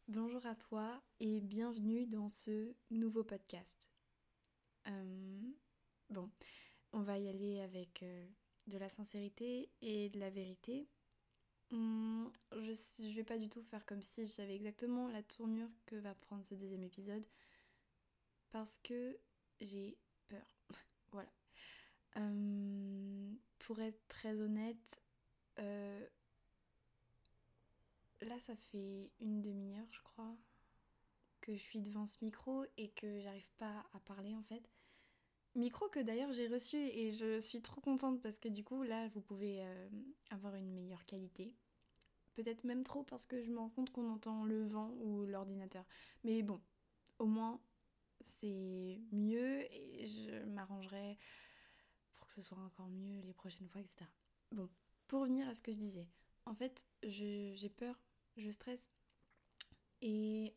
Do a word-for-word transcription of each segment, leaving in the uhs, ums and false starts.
Bonjour à toi et bienvenue dans ce nouveau podcast. Euh, bon, on va y aller avec euh, de la sincérité et de la vérité. Hum, je, je vais pas du tout faire comme si je savais exactement la tournure que va prendre ce deuxième épisode parce que j'ai peur. Voilà. Euh, pour être très honnête, euh, là ça fait une demi-heure je crois que je suis devant ce micro et que j'arrive pas à parler en fait. Micro que d'ailleurs j'ai reçu et je suis trop contente parce que du coup là vous pouvez euh, avoir une meilleure qualité. Peut-être même trop parce que je me rends compte qu'on entend le vent ou l'ordinateur. Mais bon, au moins c'est mieux et je m'arrangerai pour que ce soit encore mieux les prochaines fois, et cetera. Bon, pour revenir à ce que je disais, en fait je- j'ai peur, je stresse et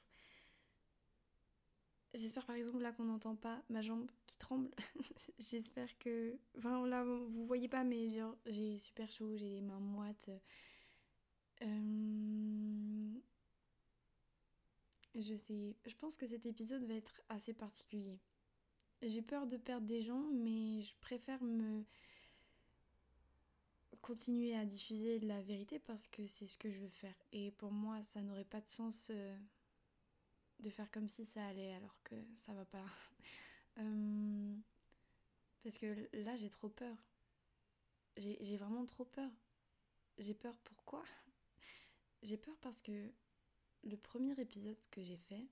j'espère par exemple là qu'on n'entend pas ma jambe qui tremble. J'espère que... Enfin là vous voyez pas mais genre j'ai super chaud, j'ai les mains moites. Euh... Je sais, je pense que cet épisode va être assez particulier. J'ai peur de perdre des gens mais je préfère me continuer à diffuser la vérité parce que c'est ce que je veux faire. Et pour moi ça n'aurait pas de sens euh, de faire comme si ça allait alors que ça va pas. euh... Parce que là j'ai trop peur. J'ai, j'ai vraiment trop peur. J'ai peur pourquoi? J'ai peur parce que le premier épisode que j'ai fait,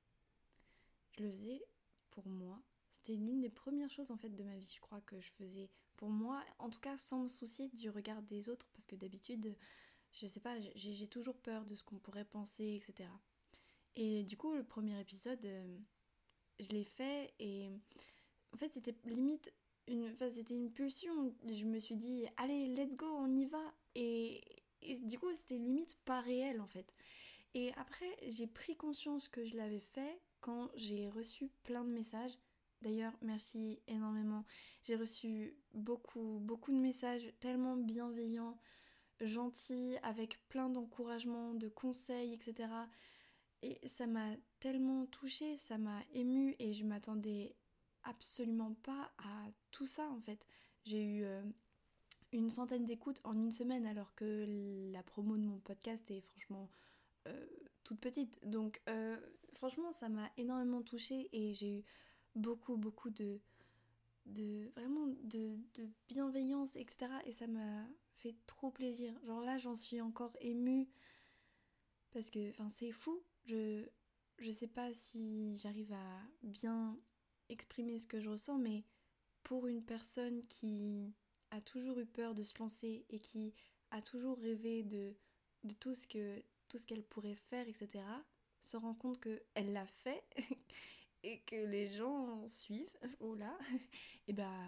je le faisais pour moi. C'était l'une des premières choses en fait de ma vie, je crois que je faisais pour moi, en tout cas sans me soucier du regard des autres, parce que d'habitude, je sais pas, j'ai, j'ai toujours peur de ce qu'on pourrait penser, et cetera. Et du coup, le premier épisode, euh, je l'ai fait et en fait, c'était limite une, enfin, c'était une pulsion. Je me suis dit, allez, let's go, on y va. Et, et du coup, c'était limite pas réel en fait. Et après, j'ai pris conscience que je l'avais fait quand j'ai reçu plein de messages. D'ailleurs, merci énormément. J'ai reçu beaucoup, beaucoup de messages tellement bienveillants, gentils, avec plein d'encouragements, de conseils, et cetera. Et ça m'a tellement touchée, ça m'a émue et je m'attendais absolument pas à tout ça en fait. J'ai eu euh, une centaine d'écoutes en une semaine alors que la promo de mon podcast est franchement euh, toute petite. Donc euh, franchement ça m'a énormément touchée et j'ai eu beaucoup beaucoup de, de vraiment de, de bienveillance et cetera. Et ça m'a fait trop plaisir. Genre là j'en suis encore émue parce que enfin c'est fou. Je, je sais pas si j'arrive à bien exprimer ce que je ressens mais pour une personne qui a toujours eu peur de se lancer et qui a toujours rêvé de, de tout ce que tout ce qu'elle pourrait faire, et cetera, se rend compte qu'elle l'a fait et que les gens suivent, oh là, et bah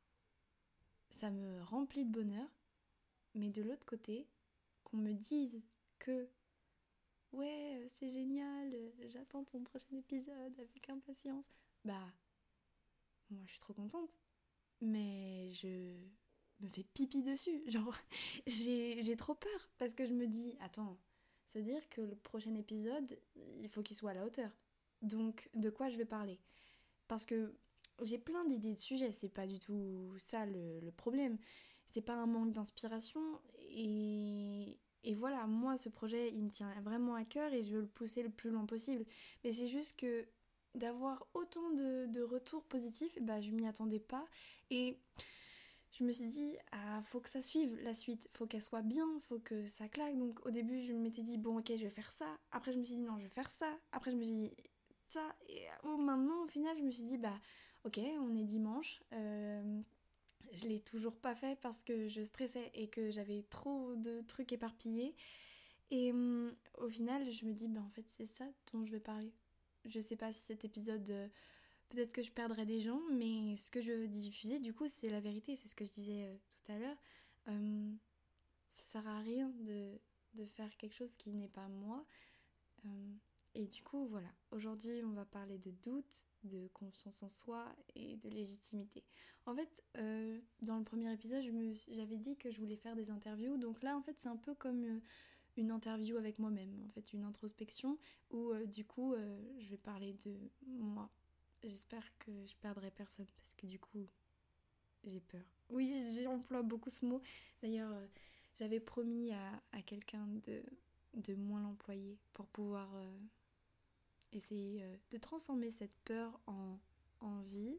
ça me remplit de bonheur. Mais de l'autre côté, qu'on me dise que ouais, c'est génial, j'attends ton prochain épisode avec impatience, bah moi je suis trop contente. Mais je me fais pipi dessus. Genre, j'ai, j'ai trop peur parce que je me dis, attends, c'est-à-dire que le prochain épisode, il faut qu'il soit à la hauteur. Donc, de quoi je vais parler? Parce que j'ai plein d'idées de sujets, c'est pas du tout ça le, le problème. C'est pas un manque d'inspiration et, et voilà, moi ce projet il me tient vraiment à cœur et je veux le pousser le plus loin possible. Mais c'est juste que d'avoir autant de, de retours positifs, bah je m'y attendais pas et je me suis dit, ah, faut que ça suive la suite, faut qu'elle soit bien, faut que ça claque. Donc au début, je m'étais dit, bon, ok, je vais faire ça. Après, je me suis dit, non, je vais faire ça. Après, je me suis dit, ça. Et oh, maintenant, au final, je me suis dit, bah, ok, on est dimanche. Euh, je l'ai toujours pas fait parce que je stressais et que j'avais trop de trucs éparpillés. Et hum, au final, je me dis, bah, en fait, c'est ça dont je vais parler. Je sais pas si cet épisode. euh, Peut-être que je perdrai des gens, mais ce que je veux diffuser, du coup, c'est la vérité, c'est ce que je disais euh, tout à l'heure. Euh, Ça sert à rien de, de faire quelque chose qui n'est pas moi. Euh, et du coup, voilà. Aujourd'hui, on va parler de doute, de confiance en soi et de légitimité. En fait, euh, dans le premier épisode, je me, j'avais dit que je voulais faire des interviews. Donc là, en fait, c'est un peu comme euh, une interview avec moi-même, en fait, une introspection où euh, du coup euh, je vais parler de moi. J'espère que je perdrai personne parce que du coup j'ai peur. Oui, j'emploie beaucoup ce mot. D'ailleurs, euh, j'avais promis à, à quelqu'un de, de moins l'employer pour pouvoir euh, essayer euh, de transformer cette peur en envie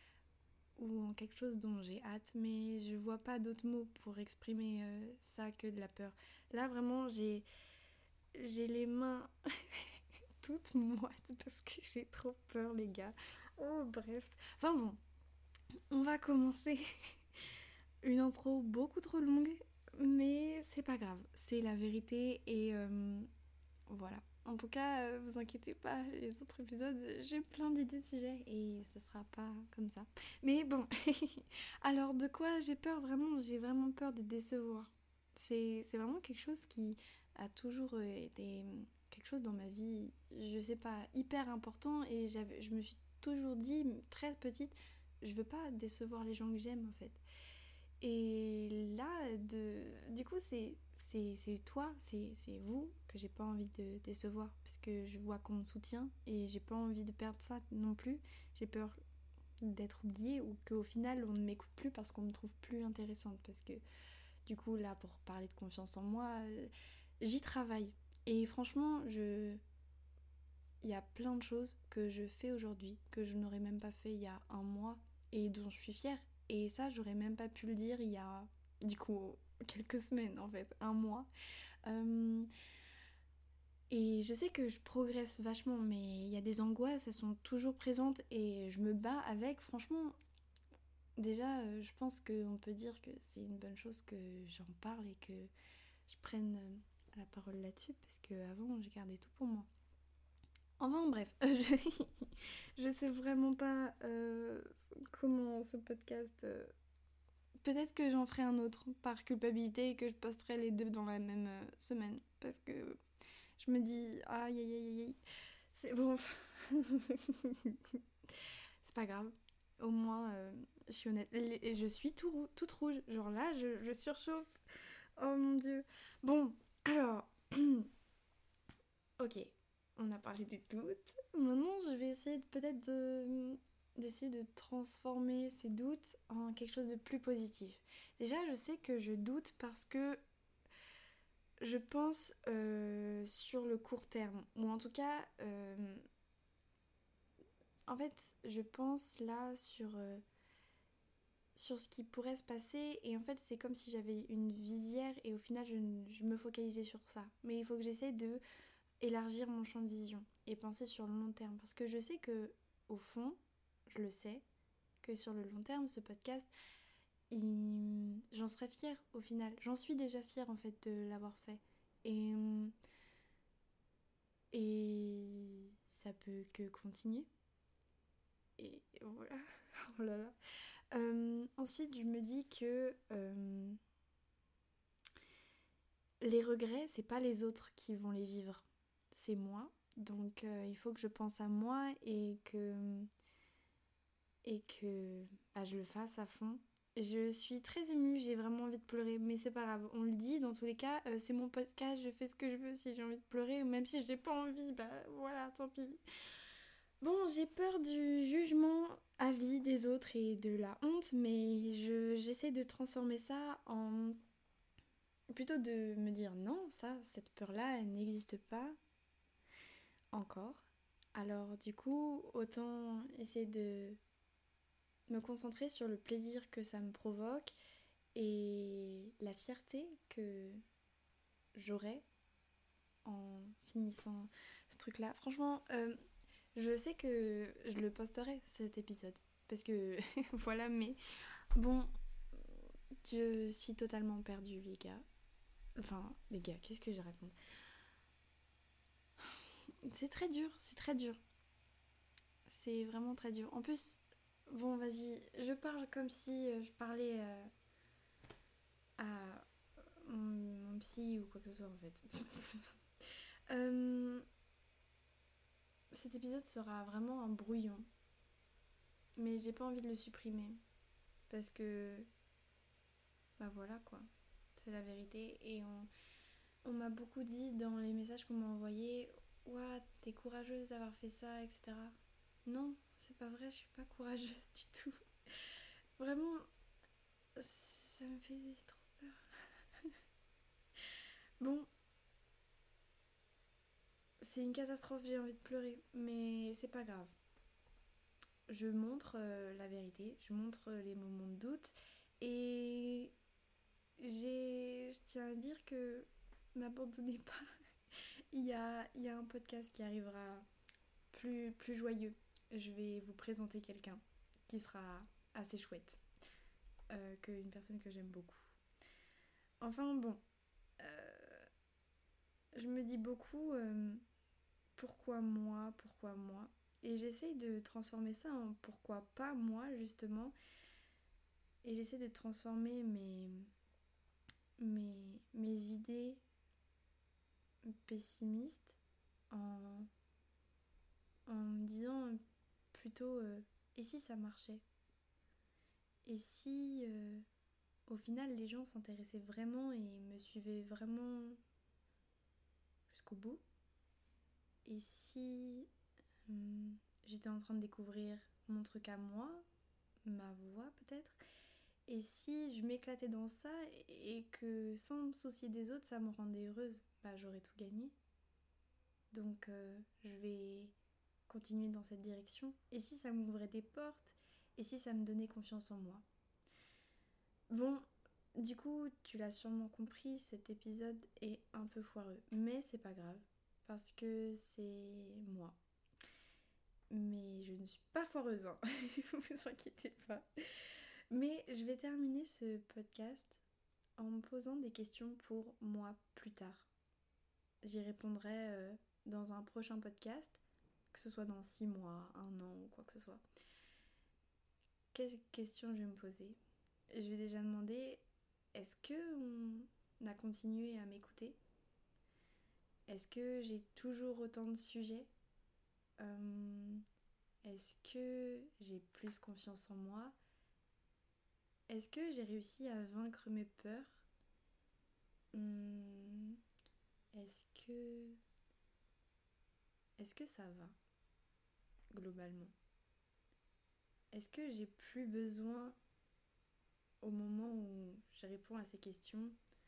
ou en quelque chose dont j'ai hâte, mais je vois pas d'autres mots pour exprimer euh, ça que de la peur. Là, vraiment, j'ai, j'ai les mains toutes moites parce que j'ai trop peur, les gars. Oh, bref. Enfin bon, on va commencer. Une intro beaucoup trop longue, mais c'est pas grave, c'est la vérité et euh, voilà. En tout cas, euh, vous inquiétez pas, les autres épisodes, j'ai plein d'idées de sujets et ce sera pas comme ça. Mais bon, alors de quoi j'ai peur vraiment? J'ai vraiment peur de décevoir. C'est, c'est vraiment quelque chose qui a toujours été quelque chose dans ma vie, je sais pas, hyper important et j'avais, je me suis toujours dit, très petite, je veux pas décevoir les gens que j'aime en fait. Et là, de, du coup, c'est, c'est, c'est toi, c'est, c'est vous que j'ai pas envie de décevoir. Parce que je vois qu'on me soutient et j'ai pas envie de perdre ça non plus. J'ai peur d'être oubliée ou qu'au final on ne m'écoute plus parce qu'on me trouve plus intéressante. Parce que du coup, là, pour parler de confiance en moi, euh, j'y travaille. Et franchement, je... il y a plein de choses que je fais aujourd'hui que je n'aurais même pas fait il y a un mois et dont je suis fière. Et ça, j'aurais même pas pu le dire il y a, du coup, quelques semaines en fait, un mois. Euh, et je sais que je progresse vachement, mais il y a des angoisses, elles sont toujours présentes et je me bats avec. Franchement, déjà, euh, je pense qu'on peut dire que c'est une bonne chose que j'en parle et que je prenne euh, la parole là-dessus parce qu'avant, je gardais tout pour moi. Enfin bref, je, je sais vraiment pas euh, comment ce podcast... euh, peut-être que j'en ferai un autre par culpabilité et que je posterai les deux dans la même euh, semaine. Parce que je me dis, aïe aïe aïe aïe, c'est bon. C'est pas grave. Au moins, euh, je suis honnête. Et je suis tout rou- toute rouge. Genre là, je, je surchauffe. Oh mon dieu. Bon, alors... ok, on a parlé des doutes. Maintenant, je vais essayer de- peut-être de, d'essayer de transformer ces doutes en quelque chose de plus positif. Déjà, je sais que je doute parce que je pense euh, sur le court terme. Ou en tout cas, euh, en fait, je pense là sur, euh, sur ce qui pourrait se passer. Et en fait, c'est comme si j'avais une visière et au final, je, je me focalisais sur ça. Mais il faut que j'essaie de élargir mon champ de vision et penser sur le long terme. Parce que je sais que, au fond, je le sais, que sur le long terme, ce podcast, il... j'en serais fière au final. J'en suis déjà fière en fait de l'avoir fait. Et, et ça peut que continuer. Et voilà. Oh là là. Euh, ensuite, je me dis que euh, les regrets, c'est pas les autres qui vont les vivre, c'est moi. Donc euh, il faut que je pense à moi et que et que bah, je le fasse à fond. Je suis très émue, j'ai vraiment envie de pleurer, mais c'est pas grave, on le dit dans tous les cas, euh, c'est mon podcast, je fais ce que je veux si j'ai envie de pleurer, même si je n'ai pas envie, bah voilà, tant pis. Bon, j'ai peur du jugement à vie des autres et de la honte, mais je, j'essaie de transformer ça en... plutôt de me dire non, ça, cette peur-là, elle n'existe pas encore. Alors du coup, autant essayer de me concentrer sur le plaisir que ça me provoque et la fierté que j'aurai en finissant ce truc-là. Franchement, euh, je sais que je le posterai cet épisode parce que voilà, mais bon, je suis totalement perdue, les gars. Enfin, les gars, qu'est-ce que je raconte? C'est très dur, c'est très dur. C'est vraiment très dur. En plus, bon, vas-y, je parle comme si euh, je parlais euh, à mon, mon psy ou quoi que ce soit en fait. Euh, cet épisode sera vraiment un brouillon, mais j'ai pas envie de le supprimer parce que bah voilà quoi, c'est la vérité et on on m'a beaucoup dit dans les messages qu'on m'a envoyés, ouah, t'es courageuse d'avoir fait ça, et cetera. Non, c'est pas vrai, je suis pas courageuse du tout. Vraiment, ça me fait trop peur. Bon, c'est une catastrophe, j'ai envie de pleurer, mais c'est pas grave. Je montre euh, la vérité, je montre les moments de doute, et j'ai, je tiens à dire que n'abandonnez pas. Il y a, il y a un podcast qui arrivera plus, plus joyeux. Je vais vous présenter quelqu'un qui sera assez chouette, euh, qu'une personne que j'aime beaucoup. Enfin bon, euh, je me dis beaucoup euh, pourquoi moi, pourquoi moi. Et j'essaye de transformer ça en pourquoi pas moi, justement. Et j'essaie de transformer mes, mes, mes idées pessimistes en, en me disant plutôt euh, et si ça marchait? Et si euh, au final les gens s'intéressaient vraiment et me suivaient vraiment jusqu'au bout? Et si hum, j'étais en train de découvrir mon truc à moi, ma voix peut-être? Et si je m'éclatais dans ça et que sans me soucier des autres, ça me rendait heureuse, bah j'aurais tout gagné. Donc euh, je vais continuer dans cette direction. Et si ça m'ouvrait des portes? Et si ça me donnait confiance en moi? Bon, du coup, tu l'as sûrement compris, cet épisode est un peu foireux. Mais c'est pas grave, parce que c'est moi. Mais je ne suis pas foireuse, hein. Ne vous inquiétez pas. Mais je vais terminer ce podcast en me posant des questions pour moi plus tard. J'y répondrai euh, dans un prochain podcast, que ce soit dans six mois, un an ou quoi que ce soit. Quelles questions je vais me poser? Je vais déjà demander, est-ce qu'on a continué à m'écouter? Est-ce que j'ai toujours autant de sujets? euh, Est-ce que j'ai plus confiance en moi? Est-ce que j'ai réussi à vaincre mes peurs? Hum, Est-ce que... Est-ce que ça va, globalement? Est-ce que j'ai plus besoin, au moment où je réponds à ces questions,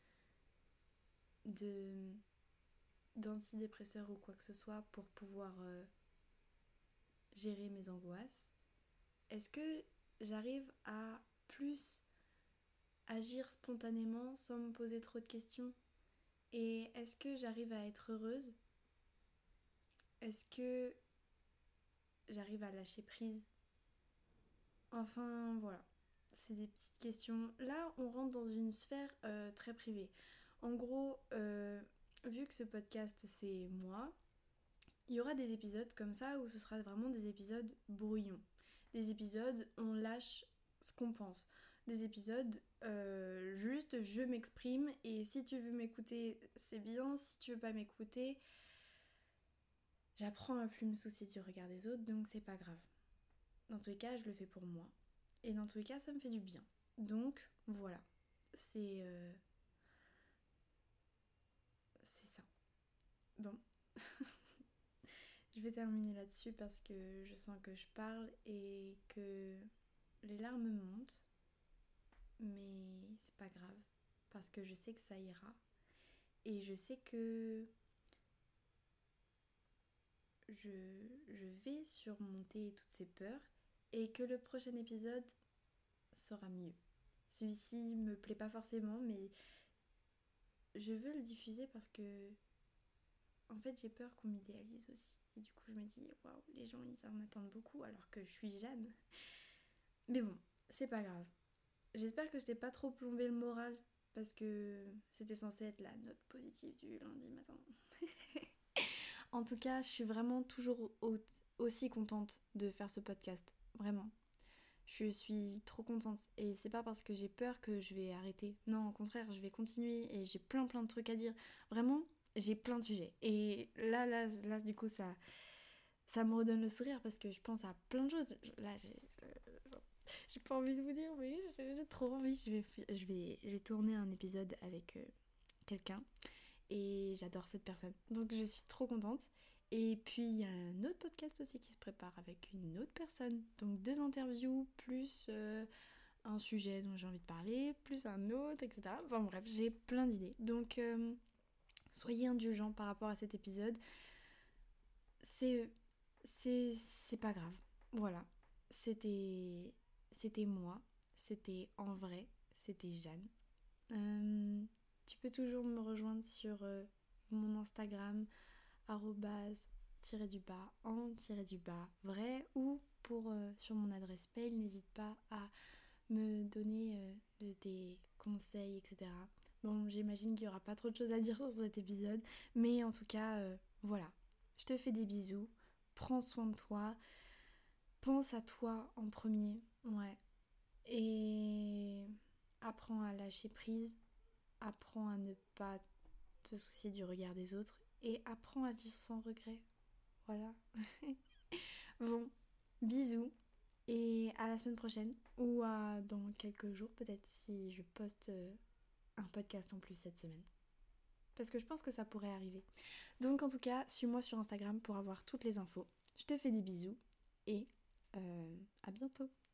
de d'antidépresseurs ou quoi que ce soit pour pouvoir euh, gérer mes angoisses? Est-ce que j'arrive à plus agir spontanément sans me poser trop de questions? Et est-ce que j'arrive à être heureuse? Est-ce que j'arrive à lâcher prise? Enfin, voilà. C'est des petites questions. Là, on rentre dans une sphère euh, très privée. En gros, euh, vu que ce podcast, c'est moi, il y aura des épisodes comme ça où ce sera vraiment des épisodes brouillons. Des épisodes, on lâche ce qu'on pense. Des épisodes, euh, juste je m'exprime et si tu veux m'écouter, c'est bien. Si tu veux pas m'écouter, j'apprends à plus me soucier du regard des autres, donc c'est pas grave. Dans tous les cas, je le fais pour moi. Et dans tous les cas, ça me fait du bien. Donc, voilà. C'est... Euh, c'est ça. Bon. Je vais terminer là-dessus parce que je sens que je parle et que les larmes montent. Mais c'est pas grave. Parce que je sais que ça ira. Et je sais que je, je vais surmonter toutes ces peurs. Et que le prochain épisode sera mieux. Celui-ci me plaît pas forcément, mais je veux le diffuser parce que en fait j'ai peur qu'on m'idéalise aussi. Et du coup je me dis waouh, les gens ils en attendent beaucoup alors que je suis Jeanne. Mais bon, c'est pas grave. J'espère que je t'ai pas trop plombé le moral parce que c'était censé être la note positive du lundi matin. En tout cas, je suis vraiment toujours aussi contente de faire ce podcast, vraiment. Je suis trop contente et c'est pas parce que j'ai peur que je vais arrêter. Non, au contraire, je vais continuer et j'ai plein plein de trucs à dire. Vraiment, j'ai plein de sujets. Et là, là, là, du coup, ça, ça me redonne le sourire parce que je pense à plein de choses. Là, j'ai, j'ai pas envie de vous dire, mais j'ai, j'ai trop envie. Je vais, je vais, je vais tourner un épisode avec euh, quelqu'un et j'adore cette personne. Donc je suis trop contente. Et puis il y a un autre podcast aussi qui se prépare avec une autre personne. Donc deux interviews plus euh, un sujet dont j'ai envie de parler, plus un autre, et cetera. Enfin bref, j'ai plein d'idées. Donc euh, soyez indulgents par rapport à cet épisode. C'est, c'est, c'est pas grave. Voilà. C'était, c'était moi. C'était en vrai. C'était Jeanne. Euh, tu peux toujours me rejoindre sur euh, mon Instagram arrobase tiré du bas en tiré du bas vrai ou pour euh, sur mon adresse mail, n'hésite pas à me donner euh, de, des conseils, et cetera. Bon, j'imagine qu'il n'y aura pas trop de choses à dire sur cet épisode, mais en tout cas, euh, voilà. Je te fais des bisous, prends soin de toi, pense à toi en premier, ouais, et apprends à lâcher prise, apprends à ne pas te soucier du regard des autres et apprends à vivre sans regret. Voilà. Bon, bisous et à la semaine prochaine ou à dans quelques jours peut-être si je poste euh, un podcast en plus cette semaine. Parce que je pense que ça pourrait arriver. Donc en tout cas, suis-moi sur Instagram pour avoir toutes les infos. Je te fais des bisous et euh, à bientôt.